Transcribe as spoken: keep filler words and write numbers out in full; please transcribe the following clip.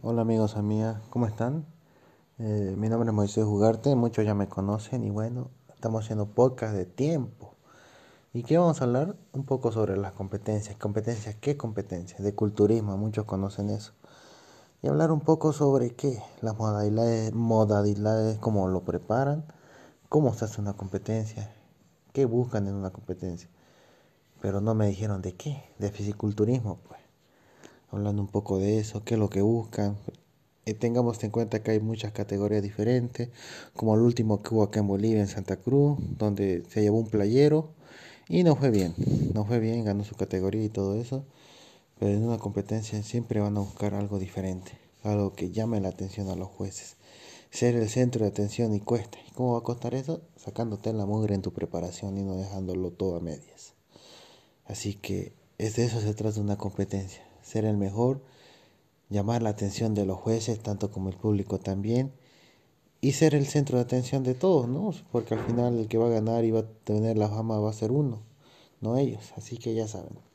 Hola amigos, amigas, ¿cómo están? Eh, mi nombre es Moisés Ugarte, muchos ya me conocen y bueno, estamos haciendo podcast de tiempo. ¿Y qué vamos a hablar? Un poco sobre las competencias. ¿Competencias qué competencias? De culturismo, muchos conocen eso. Y hablar un poco sobre qué, las modalidades, modalidades, cómo lo preparan, cómo se hace una competencia, qué buscan en una competencia. Pero no me dijeron de qué, de fisiculturismo, pues. Hablando un poco de eso, qué es lo que buscan. Eh, tengamos en cuenta que hay muchas categorías diferentes, como el último que hubo acá en Bolivia, en Santa Cruz, donde se llevó un playero y no fue bien, no fue bien, ganó su categoría y todo eso, pero en una competencia siempre van a buscar algo diferente, algo que llame la atención a los jueces. Ser el centro de atención y cuesta. ¿Y cómo va a costar eso? Sacándote la mugre en tu preparación y no dejándolo todo a medias. Así que es de eso se trata una competencia, ser el mejor, llamar la atención de los jueces, tanto como el público también, y ser el centro de atención de todos, ¿no? Porque al final el que va a ganar y va a tener la fama va a ser uno, no ellos. Así que ya saben.